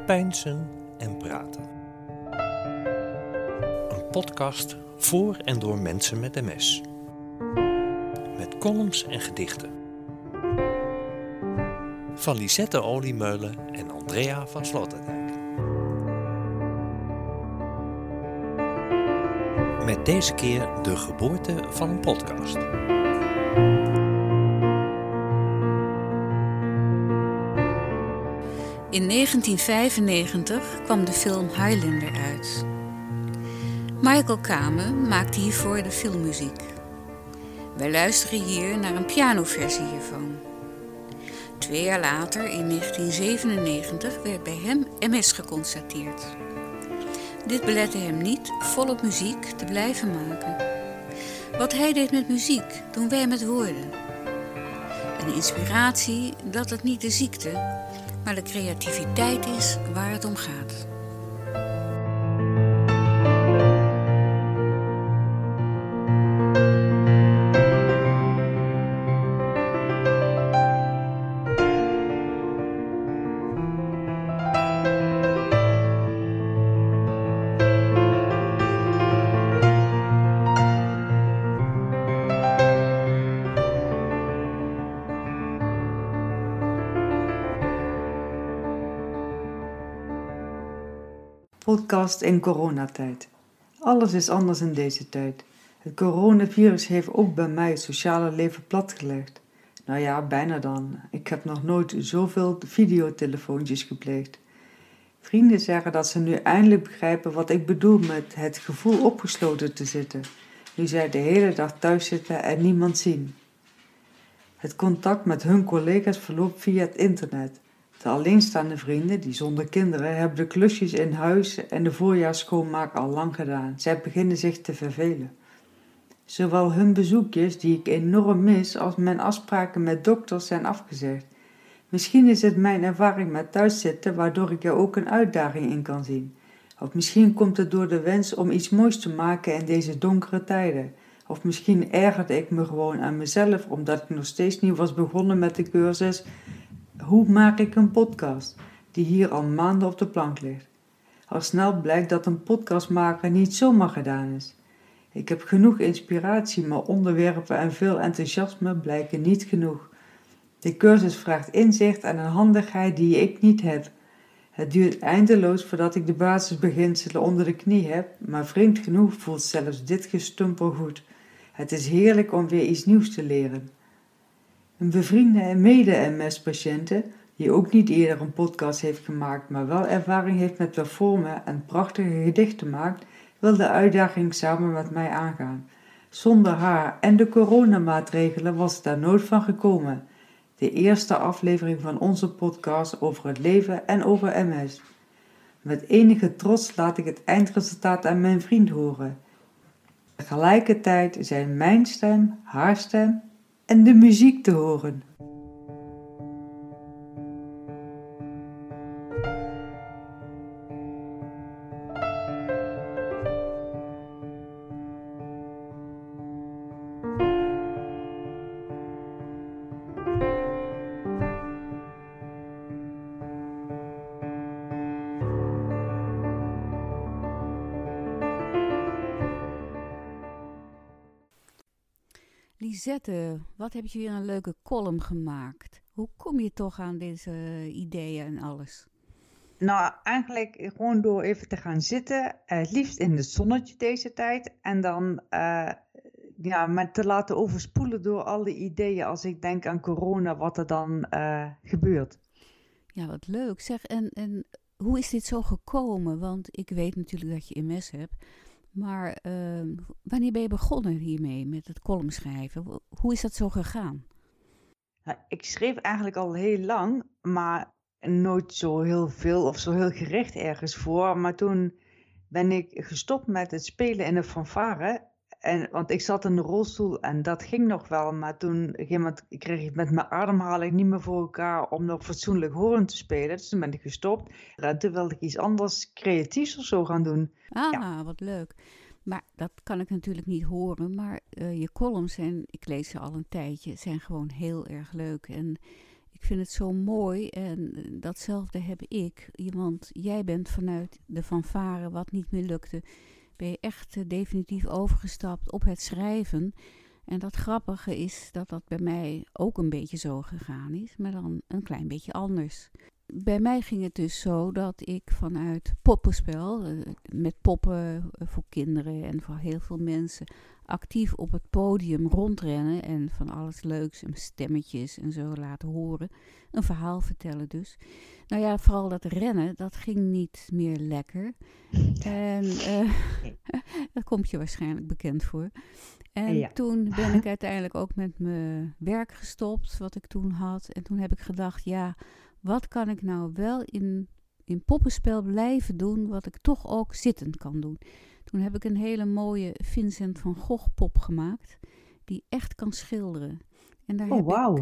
Pijnsen en praten. Een podcast voor en door mensen met MS. Met columns en gedichten. Van Lisette Oliemeulen en Andrea van Sloterdijk. Met deze keer de geboorte van een podcast. In 1995 kwam de film Highlander uit. Michael Kamen maakte hiervoor de filmmuziek. Wij luisteren hier naar een pianoversie hiervan. 2 jaar later, in 1997, werd bij hem MS geconstateerd. Dit belette hem niet volop muziek te blijven maken. Wat hij deed met muziek, doen wij met woorden. Een inspiratie dat het niet de ziekte, maar de creativiteit is waar het om gaat. Podcast in coronatijd. Alles is anders in deze tijd. Het coronavirus heeft ook bij mij het sociale leven platgelegd. Nou ja, bijna dan. Ik heb nog nooit zoveel videotelefoontjes gepleegd. Vrienden zeggen dat ze nu eindelijk begrijpen wat ik bedoel met het gevoel opgesloten te zitten. Nu zij de hele dag thuis zitten en niemand zien. Het contact met hun collega's verloopt via het internet. De alleenstaande vrienden, die zonder kinderen, hebben de klusjes in huis en de voorjaarsschoonmaak al lang gedaan. Zij beginnen zich te vervelen. Zowel hun bezoekjes, die ik enorm mis, als mijn afspraken met dokters zijn afgezegd. Misschien is het mijn ervaring met thuiszitten waardoor ik er ook een uitdaging in kan zien. Of misschien komt het door de wens om iets moois te maken in deze donkere tijden. Of misschien ergerde ik me gewoon aan mezelf omdat ik nog steeds niet was begonnen met de cursus Hoe maak ik een podcast? Die hier al maanden op de plank ligt. Al snel blijkt dat een podcast maken niet zomaar gedaan is. Ik heb genoeg inspiratie, maar onderwerpen en veel enthousiasme blijken niet genoeg. De cursus vraagt inzicht en een handigheid die ik niet heb. Het duurt eindeloos voordat ik de basisbeginselen onder de knie heb, maar vreemd genoeg voelt zelfs dit gestumpel goed. Het is heerlijk om weer iets nieuws te leren. Een bevriende en mede-MS-patiënte, die ook niet eerder een podcast heeft gemaakt, maar wel ervaring heeft met performen en prachtige gedichten maakt, wil de uitdaging samen met mij aangaan. Zonder haar en de coronamaatregelen was het daar nooit van gekomen. De eerste aflevering van onze podcast over het leven en over MS. Met enige trots laat ik het eindresultaat aan mijn vriend horen. Tegelijkertijd zijn mijn stem, haar stem en de muziek te horen. Lisette, wat heb je weer een leuke column gemaakt? Hoe kom je toch aan deze ideeën en alles? Nou, eigenlijk gewoon door even te gaan zitten, het liefst in het zonnetje deze tijd. En dan met te laten overspoelen door al die ideeën als ik denk aan corona, wat er dan gebeurt. Ja, wat leuk. Zeg, en hoe is dit zo gekomen? Want ik weet natuurlijk dat je MS hebt. Maar wanneer ben je begonnen hiermee, met het columnschrijven? Hoe is dat zo gegaan? Nou, ik schreef eigenlijk al heel lang, maar nooit zo heel veel of zo heel gericht ergens voor. Maar toen ben ik gestopt met het spelen in een fanfare. Want ik zat in de rolstoel en dat ging nog wel. Maar toen op een gegeven moment kreeg ik met mijn ademhaling niet meer voor elkaar om nog fatsoenlijk horen te spelen. Dus toen ben ik gestopt. En toen wilde ik iets anders creatiefs of zo gaan doen. Ah, wat leuk. Maar dat kan ik natuurlijk niet horen. Maar je columns, en ik lees ze al een tijdje, zijn gewoon heel erg leuk. En ik ik vind het zo mooi en datzelfde heb ik. Want jij bent vanuit de fanfare wat niet meer lukte, ben je echt definitief overgestapt op het schrijven. En dat grappige is dat dat bij mij ook een beetje zo gegaan is, maar dan een klein beetje anders. Bij mij ging het dus zo dat ik vanuit poppenspel, met poppen voor kinderen en voor heel veel mensen, actief op het podium rondrennen en van alles leuks en stemmetjes en zo laten horen. Een verhaal vertellen dus. Nou ja, vooral dat rennen, dat ging niet meer lekker. En daar komt je waarschijnlijk bekend voor. En toen ben ik uiteindelijk ook met mijn werk gestopt, wat ik toen had. En toen heb ik gedacht, ja, wat kan ik nou wel in poppenspel blijven doen, wat ik toch ook zittend kan doen. Toen heb ik een hele mooie Vincent van Gogh pop gemaakt, die echt kan schilderen. En daar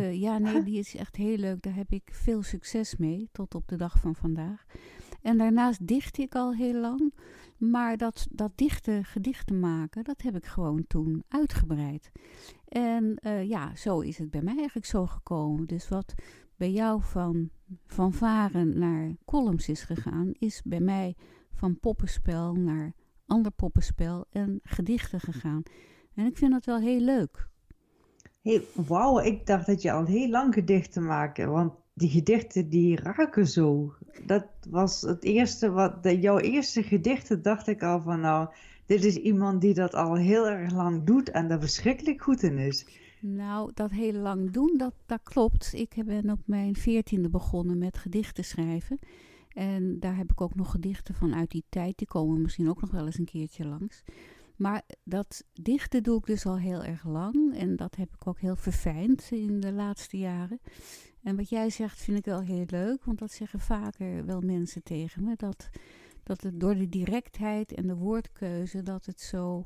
die is echt heel leuk. Daar heb ik veel succes mee, tot op de dag van vandaag. En daarnaast dichtte ik al heel lang. Maar dat gedichten maken, dat heb ik gewoon toen uitgebreid. En zo is het bij mij eigenlijk zo gekomen. Dus wat bij jou van varen naar columns is gegaan, is bij mij van poppenspel naar ander poppenspel en gedichten gegaan. En ik vind dat wel heel leuk. Hey, wauw, ik dacht dat je al heel lang gedichten maakte, want die gedichten die raken zo. Dat was het eerste, jouw eerste gedichten dacht ik al van nou, dit is iemand die dat al heel erg lang doet en daar verschrikkelijk goed in is. Nou, dat heel lang doen, dat klopt. Ik ben op mijn 14e begonnen met gedichten schrijven. En daar heb ik ook nog gedichten van uit die tijd. Die komen misschien ook nog wel eens een keertje langs. Maar dat dichten doe ik dus al heel erg lang. En dat heb ik ook heel verfijnd in de laatste jaren. En wat jij zegt vind ik wel heel leuk. Want dat zeggen vaker wel mensen tegen me. Dat het door de directheid en de woordkeuze dat het zo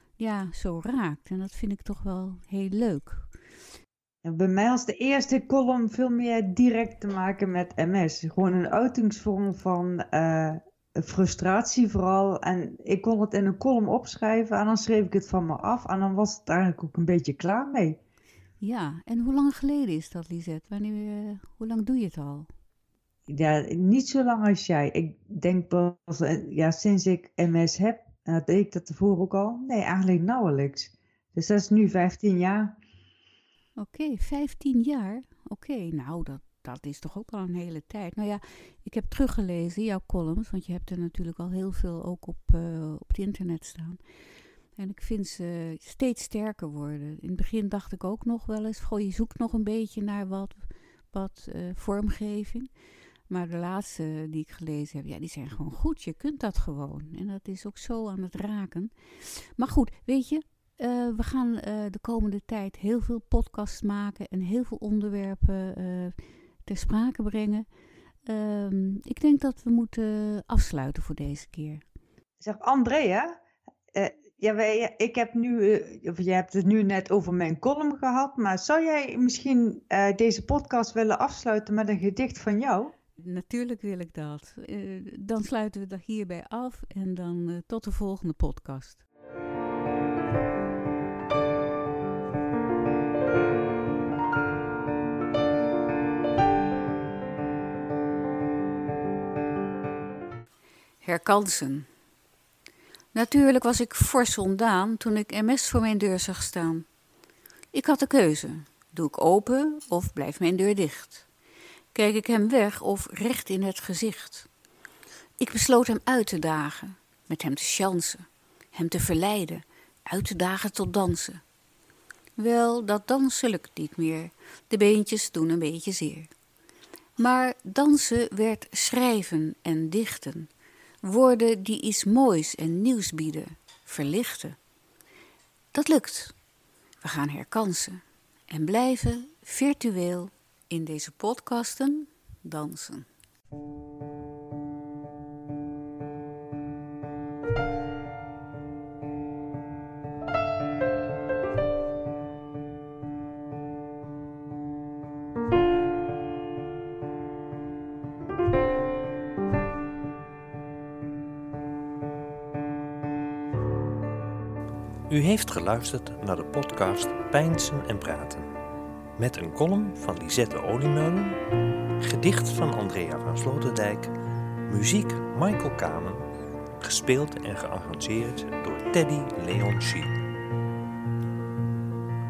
raakt. En dat vind ik toch wel heel leuk. En bij mij als de eerste column veel meer direct te maken met MS. Gewoon een uitingsvorm van frustratie vooral. En ik kon het in een column opschrijven en dan schreef ik het van me af. En dan was het eigenlijk ook een beetje klaar mee. Ja, en hoe lang geleden is dat, Lisette? Hoe lang doe je het al? Ja, niet zo lang als jij. Ik denk pas, sinds ik MS heb, en dat deed ik dat tevoren ook al. Nee, eigenlijk nauwelijks. Dus dat is nu 15 jaar. Oké, 15 jaar? Oké, nou, dat is toch ook al een hele tijd. Nou ja, ik heb teruggelezen, jouw columns, want je hebt er natuurlijk al heel veel ook op het internet staan. En ik vind ze steeds sterker worden. In het begin dacht ik ook nog wel eens, je zoekt nog een beetje naar wat vormgeving. Maar de laatste die ik gelezen heb, die zijn gewoon goed. Je kunt dat gewoon. En dat is ook zo aan het raken. Maar goed, weet je, we gaan de komende tijd heel veel podcasts maken en heel veel onderwerpen ter sprake brengen. Ik denk dat we moeten afsluiten voor deze keer. Zeg, Andrea, ik heb je hebt het nu net over mijn column gehad, maar zou jij misschien deze podcast willen afsluiten met een gedicht van jou? Natuurlijk wil ik dat. Dan sluiten we dat hierbij af en dan tot de volgende podcast. Herkansen. Natuurlijk was ik fors ontdaan toen ik MS voor mijn deur zag staan. Ik had de keuze. Doe ik open of blijft mijn deur dicht? Kijk ik hem weg of recht in het gezicht? Ik besloot hem uit te dagen, met hem te chansen, hem te verleiden, uit te dagen tot dansen. Wel, dat dansen lukt niet meer, de beentjes doen een beetje zeer. Maar dansen werd schrijven en dichten, woorden die iets moois en nieuws bieden, verlichten. Dat lukt. We gaan herkansen en blijven virtueel in deze podcasten dansen. U heeft geluisterd naar de podcast Pijnsen en Praten. Met een column van Lisette Oliemeulen, gedicht van Andrea van Sloterdijk, muziek Michael Kamen, gespeeld en gearrangeerd door Teddy Leonci.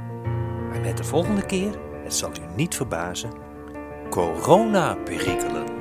En met de volgende keer, het zal u niet verbazen, coronaperikelen.